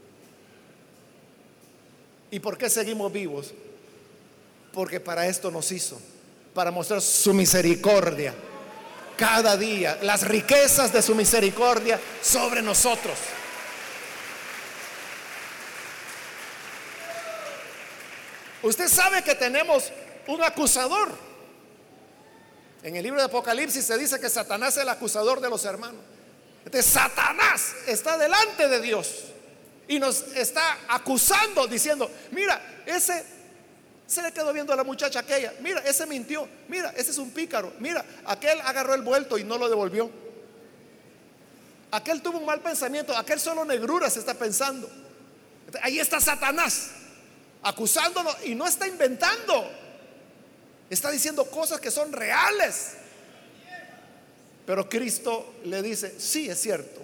¿Y por qué seguimos vivos? Porque para esto nos hizo, para mostrar su misericordia cada día las riquezas de su misericordia sobre nosotros. Usted sabe que tenemos un acusador. En el libro de Apocalipsis se dice que Satanás es el acusador de los hermanos. Entonces Satanás está delante de Dios y nos está acusando, diciendo: mira, ese se le quedó viendo a la muchacha aquella, mira, ese mintió, mira, ese es un pícaro, mira, aquel agarró el vuelto y no lo devolvió, aquel tuvo un mal pensamiento, aquel solo negrura se está pensando. Ahí está Satanás acusándonos, y no está inventando, está diciendo cosas que son reales. Pero Cristo le dice: sí, es cierto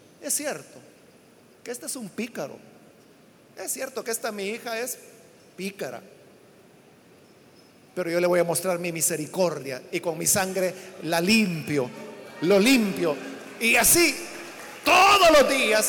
que este es un pícaro, es cierto que esta mi hija es pícara, pero yo le voy a mostrar mi misericordia y con mi sangre la limpio, lo limpio. Y así todos los días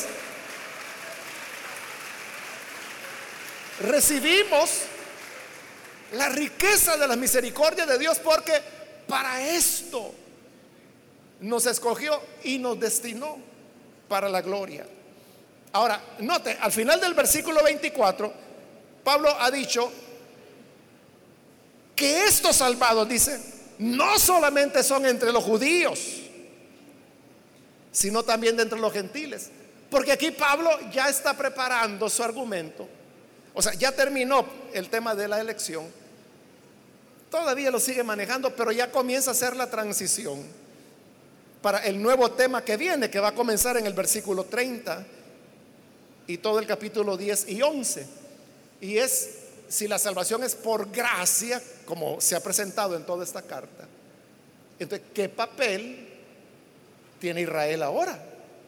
recibimos la riqueza de la misericordia de Dios, porque para esto nos escogió y nos destinó para la gloria. Ahora, note, al final del versículo 24, Pablo ha dicho que estos salvados, dice, no solamente son entre los judíos, sino también de entre los gentiles. Porque aquí Pablo ya está preparando su argumento. O sea, ya terminó el tema de la elección, todavía lo sigue manejando, pero ya comienza a hacer la transición para el nuevo tema que viene, que va a comenzar en el versículo 30 y todo el capítulo 10 y 11. Y es si la salvación es por gracia, como se ha presentado en toda esta carta. Entonces, ¿qué papel tiene Israel ahora?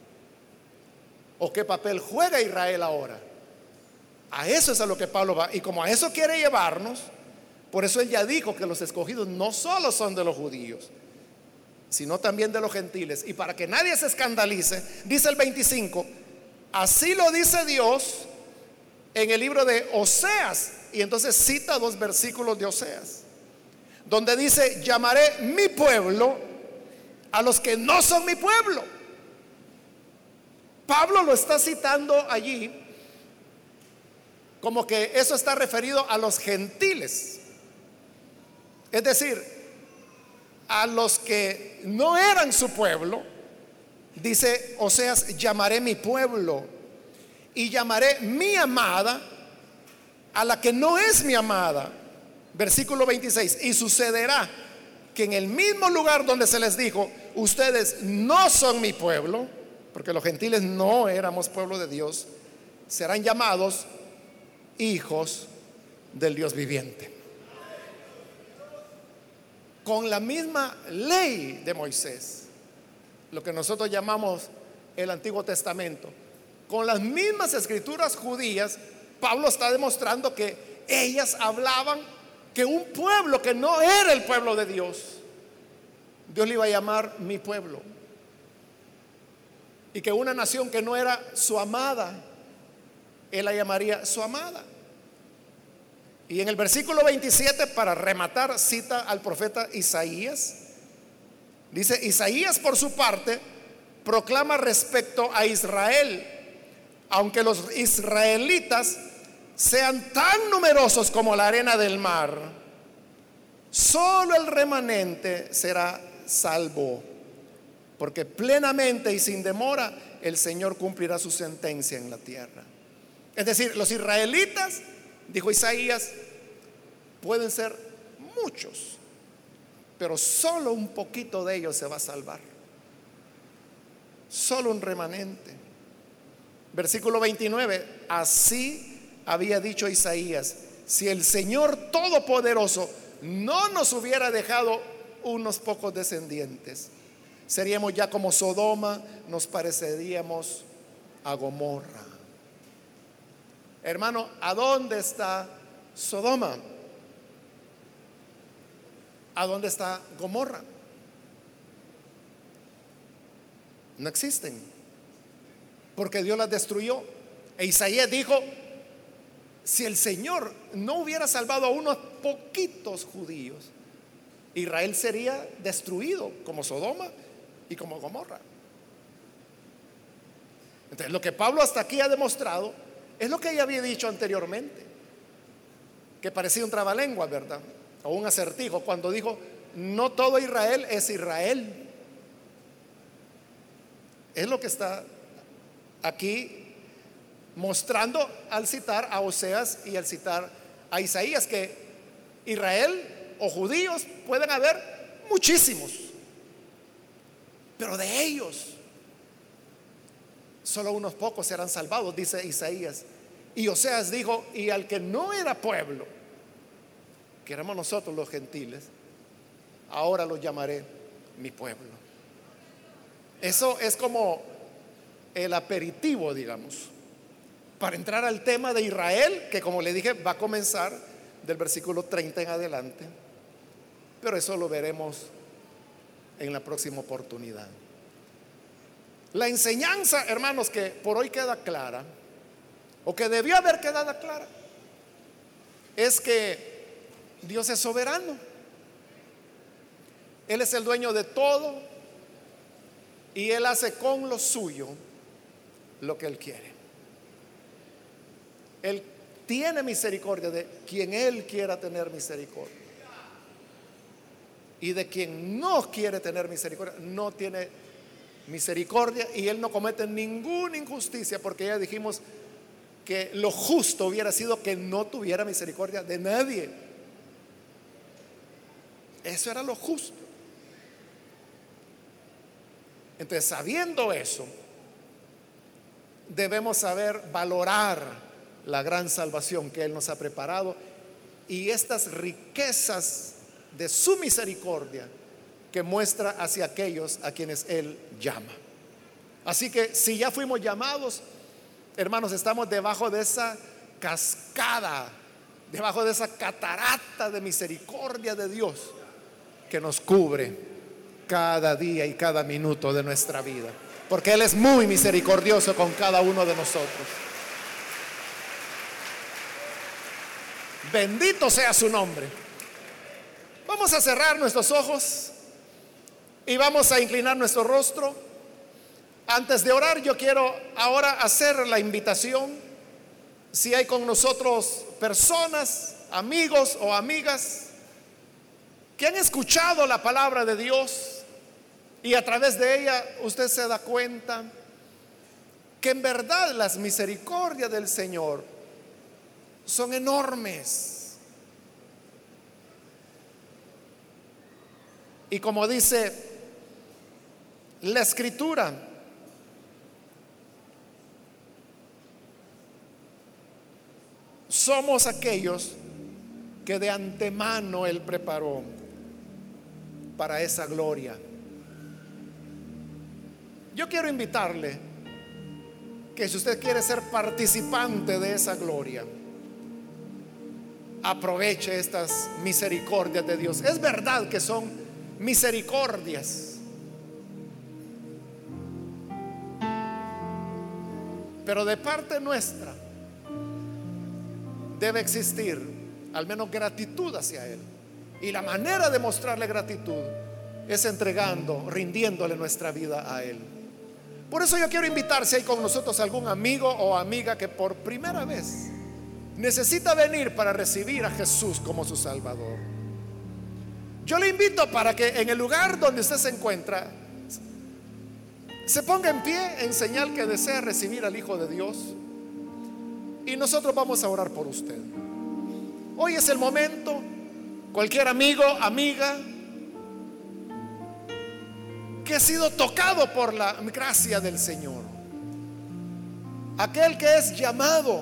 ¿O qué papel juega Israel ahora? A eso es a lo que Pablo va. Y como a eso quiere llevarnos, por eso él ya dijo que los escogidos no solo son de los judíos, sino también de los gentiles. Y para que nadie se escandalice, dice el 25: así lo dice Dios en el libro de Oseas. Y entonces cita dos versículos de Oseas, donde dice: llamaré mi pueblo a los que no son mi pueblo. Pablo lo está citando allí como que eso está referido a los gentiles, es decir, a los que no eran su pueblo. Dice Oseas: llamaré mi pueblo y llamaré mi amada a la que no es mi amada. Versículo 26: y sucederá que en el mismo lugar donde se les dijo: ustedes no son mi pueblo, porque los gentiles no éramos pueblo de Dios, serán llamados hijos del Dios viviente. Con la misma ley de Moisés, lo que nosotros llamamos el Antiguo Testamento, con las mismas escrituras judías, Pablo está demostrando que ellas hablaban que un pueblo que no era el pueblo de Dios, Dios le iba a llamar mi pueblo, y que una nación que no era su amada, él la llamaría su amada. Y en el versículo 27, para rematar, cita al profeta Isaías. Dice: Isaías por su parte proclama respecto a Israel: aunque los israelitas sean tan numerosos como la arena del mar, solo el remanente será salvo, porque plenamente y sin demora el Señor cumplirá su sentencia en la tierra. Es decir, los israelitas, dijo Isaías, pueden ser muchos, pero solo un poquito de ellos se va a salvar, solo un remanente. Versículo 29: así había dicho Isaías: si el Señor Todopoderoso no nos hubiera dejado unos pocos descendientes, seríamos ya como Sodoma, nos pareceríamos a Gomorra. Hermano, ¿a dónde está Sodoma? ¿A dónde está Gomorra? No existen, porque Dios las destruyó. E Isaías dijo: si el Señor no hubiera salvado a unos poquitos judíos, Israel sería destruido como Sodoma y como Gomorra. Entonces, lo que Pablo hasta aquí ha demostrado es lo que ella había dicho anteriormente, que parecía un trabalengua, ¿verdad? O un acertijo, cuando dijo: no todo Israel es Israel. Es lo que está aquí mostrando al citar a Oseas y al citar a Isaías, que Israel o judíos pueden haber muchísimos, pero de ellos solo unos pocos serán salvados, dice Isaías. Y Oseas dijo: y al que no era pueblo, que éramos nosotros los gentiles, ahora los llamaré mi pueblo. Eso es como el aperitivo, digamos, para entrar al tema de Israel, que, como le dije, va a comenzar del versículo 30 en adelante, pero eso lo veremos en la próxima oportunidad. La enseñanza, hermanos, que por hoy queda clara, o que debió haber quedado clara, es que Dios es soberano. Él es el dueño de todo y Él hace con lo suyo lo que Él quiere. Él tiene misericordia de quien Él quiera tener misericordia, y de quien no quiere tener misericordia no tiene misericordia, y Él no comete ninguna injusticia, porque ya dijimos que lo justo hubiera sido que no tuviera misericordia de nadie. Eso era lo justo. Entonces, sabiendo eso, debemos saber valorar la gran salvación que Él nos ha preparado y estas riquezas de su misericordia que muestra hacia aquellos a quienes Él llama. Así que si ya fuimos llamados, hermanos, estamos debajo de esa cascada, debajo de esa catarata de misericordia de Dios que nos cubre cada día y cada minuto de nuestra vida, porque Él es muy misericordioso con cada uno de nosotros. Bendito sea su nombre. Vamos a cerrar nuestros ojos y vamos a inclinar nuestro rostro. Antes de orar, yo quiero ahora hacer la invitación. Si hay con nosotros personas, amigos o amigas que han escuchado la palabra de Dios y a través de ella usted se da cuenta que en verdad las misericordias del Señor son enormes, y como dice la Escritura, somos aquellos que de antemano Él preparó para esa gloria. Yo quiero invitarle que si usted quiere ser participante de esa gloria, aproveche estas misericordias de Dios. Es verdad que son misericordias, pero de parte nuestra debe existir al menos gratitud hacia Él, y la manera de mostrarle gratitud es entregando, rindiéndole nuestra vida a Él. Por eso yo quiero invitar, si hay con nosotros algún amigo o amiga que por primera vez necesita venir para recibir a Jesús como su Salvador, yo le invito para que en el lugar donde usted se encuentra se ponga en pie en señal que desea recibir al Hijo de Dios, y nosotros vamos a orar por usted. Hoy es el momento. Cualquier amigo, amiga que ha sido tocado por la gracia del Señor, aquel que es llamado,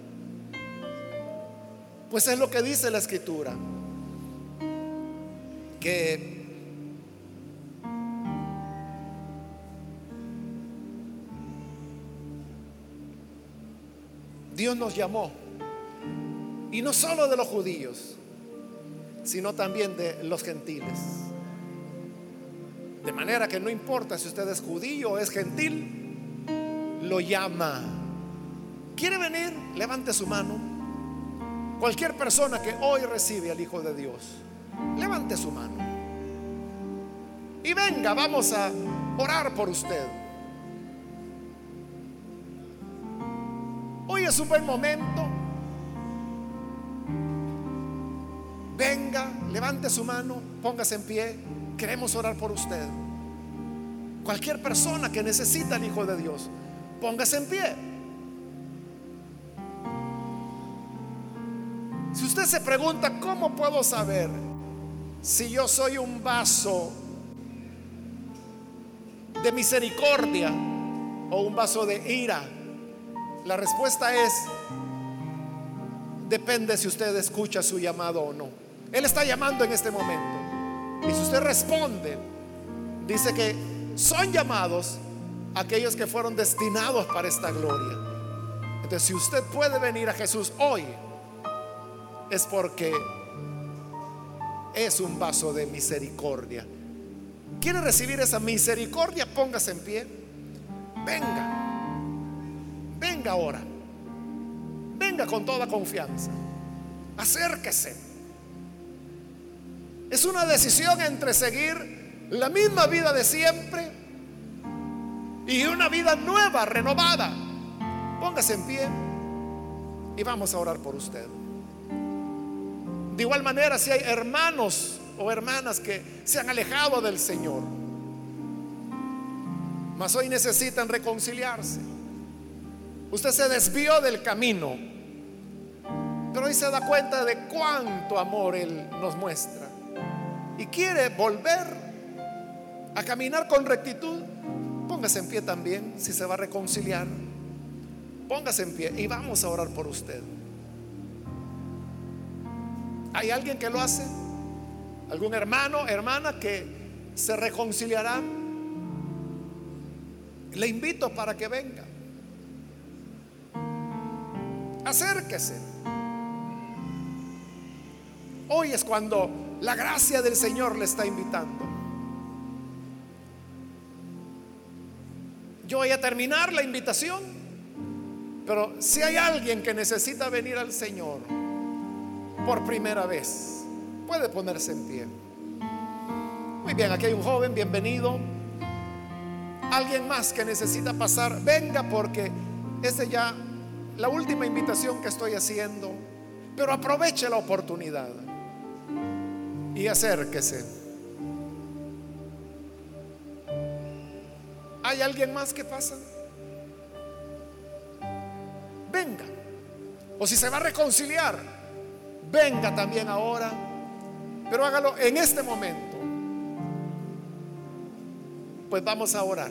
pues es lo que dice la Escritura, que Dios nos llamó, y no solo de los judíos, sino también de los gentiles. De manera que no importa si usted es judío o es gentil, lo llama. ¿Quiere venir? Levante su mano. Cualquier persona que hoy recibe al Hijo de Dios, levante su mano. y venga, vamos a orar por usted. Hoy es un buen momento. Venga, levante su mano, póngase en pie. Queremos orar por usted. Cualquier persona que necesita al Hijo de Dios, póngase en pie. Si usted se pregunta, ¿cómo puedo saber si yo soy un vaso de misericordia o un vaso de ira? La respuesta es: depende si usted escucha su llamado o no. Él está llamando en este momento, y si usted responde, dice que son llamados aquellos que fueron destinados para esta gloria. Entonces, si usted puede venir a Jesús hoy, es porque es un vaso de misericordia. ¿Quiere recibir esa misericordia? Póngase en pie. Venga, venga ahora. Venga con toda confianza. Acérquese. Es una decisión entre seguir la misma vida de siempre y una vida nueva, renovada. Póngase en pie y vamos a orar por usted. De igual manera, si hay hermanos o hermanas que se han alejado del Señor, mas hoy necesitan reconciliarse. Usted se desvió del camino, pero hoy se da cuenta de cuánto amor Él nos muestra y quiere volver a caminar con rectitud. Póngase en pie también. Si se va a reconciliar, póngase en pie y vamos a orar por usted. ¿Hay alguien que lo hace? ¿Algún hermano, hermana que se reconciliará? Le invito para que venga. Acérquese. Hoy es cuando la gracia del Señor le está invitando. Yo voy a terminar la invitación, pero si hay alguien que necesita venir al Señor por primera vez, puede ponerse en pie. Muy bien, aquí hay un joven, bienvenido. Alguien más que necesita pasar, venga, porque esta es ya la última invitación que estoy haciendo, pero aproveche la oportunidad y acérquese. ¿Hay alguien más que pasa? Venga. O si se va a reconciliar, venga también ahora, pero hágalo en este momento. Pues vamos a orar.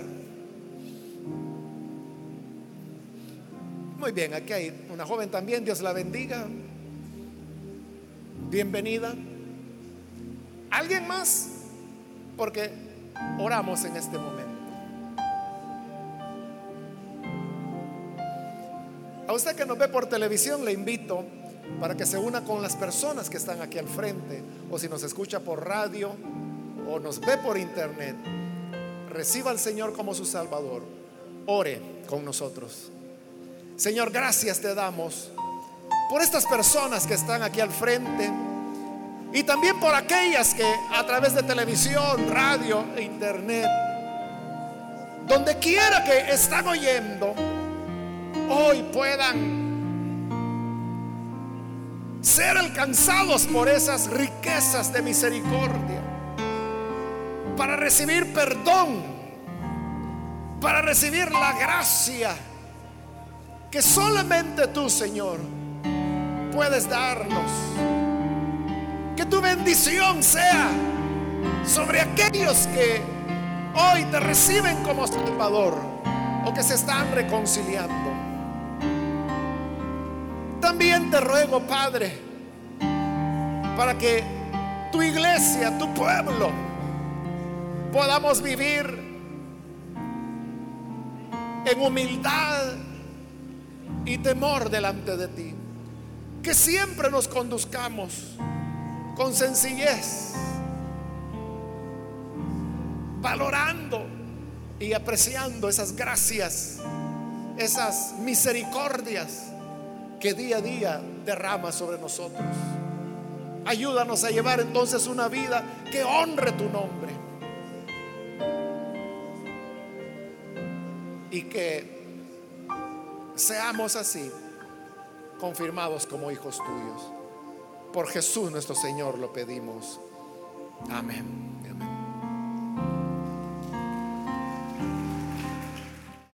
Muy bien, aquí hay una joven también, Dios la bendiga. Bienvenida. ¿Alguien más? Porque oramos en este momento. A usted que nos ve por televisión, le invito para que se una con las personas que están aquí al frente, o si nos escucha por radio o nos ve por internet. Reciba al Señor como su Salvador. Ore con nosotros. Señor, gracias te damos por estas personas que están aquí al frente, y también por aquellas que a través de televisión, radio e internet, donde quiera que están oyendo, hoy puedan ser alcanzados por esas riquezas de misericordia, para recibir perdón, para recibir la gracia que solamente tú, Señor, puedes darnos. Que tu bendición sea sobre aquellos que hoy te reciben como Salvador o que se están reconciliando. También te ruego, Padre, para que tu iglesia, tu pueblo, podamos vivir en humildad y temor delante de ti. Que siempre nos conduzcamos con sencillez, valorando y apreciando esas gracias, esas misericordias que día a día derrama sobre nosotros. Ayúdanos a llevar entonces una vida que honre tu nombre, y que seamos así, confirmados como hijos tuyos. Por Jesús nuestro Señor lo pedimos. Amén.